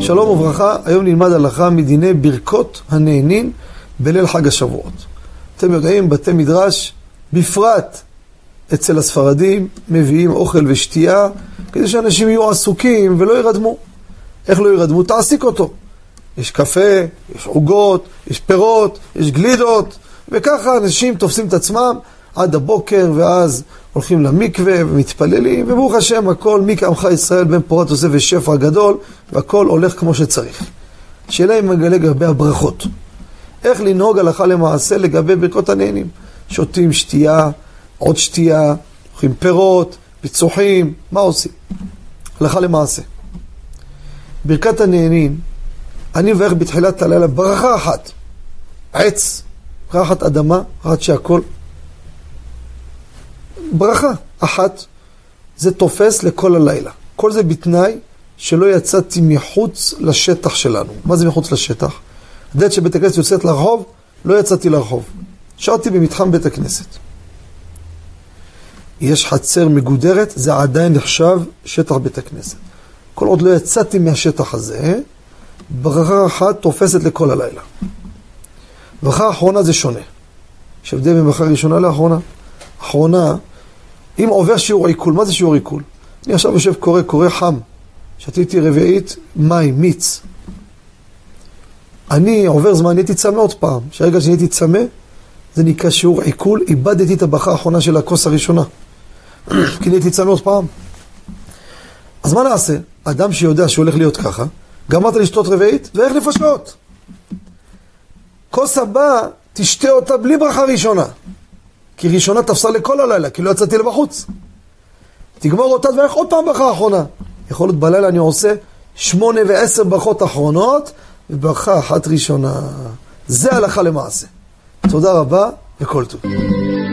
שלום וברכה, היום נלמד הלכה מדיני ברכות הנהנין בליל חג השבועות. אתם יודעים, בתי מדרש, בפרט אצל הספרדים, מביאים אוכל ושתייה, כדי שאנשים יהיו עסוקים ולא ירדמו. איך לא ירדמו? תעסיק אותו. יש קפה, יש עוגות, יש פירות, יש גלידות, וככה אנשים תופסים את עצמם עד הבוקר, ואז הולכים למקווה ומתפללים, וברוך השם, הכל מי כעמך ישראל בן פורת יוסף ושפע גדול, והכל הולך כמו שצריך. שאלה היא מגלה לגבי הברכות. איך לנהוג הלכה למעשה לגבי ברכות הנהנים? שותים שתייה, עוד שתייה, אוכלים פירות, פיצוחים, מה עושים? הלכה למעשה. ברכת הנהנים, אני מברך בתחילת הלילה ברכה אחת. עץ, ברכה אחת אדמה, אחת שהכל. ברכה אחת, זה תופס לכל הלילה. כל זה בתנאי שלא יצאתי מחוץ לשטח שלנו. מה זה מחוץ לשטח? הדעת שבית הכנסת יוצאת לרחוב, לא יצאתי לרחוב. שרתי במתחם בית הכנסת. יש חצר מגודרת, זה עדיין נחשב שטח בית הכנסת. כל עוד לא יצאתי מהשטח הזה, ברכה אחת תופסת לכל הלילה. ברכה האחרונה זה שונה. יש הבדל בין ברכה ראשונה לאחרונה. אחרונה, אם עובר שיעור עיכול, מה זה שיעור עיכול? אני עכשיו יושב קורא חם. שתיתי רביעית, מים, מיץ. אני עובר זמן, נהייתי צמא עוד פעם. שהרגע שנהייתי צמא, זה נקרא שיעור עיכול, איבדתי את הברכה האחרונה של הכוס הראשונה. כי נהייתי צמא עוד פעם. אז מה נעשה? אדם שיודע שהולך להיות ככה, גמרת לשתות רביעית, ואיך נפשות? כוס הבאה, תשתה אותה בלי ברכה ראשונה. כי ראשונה תפסה לכל הלילה, כי לא יצאתי לבחוץ. תגמור אותה ואיך עוד פעם ברכה האחרונה. יכול להיות בלילה אני עושה 8 ו10 ברכות אחרונות, וברכה אחת ראשונה. זה הלכה למעשה. תודה רבה וכל טוב.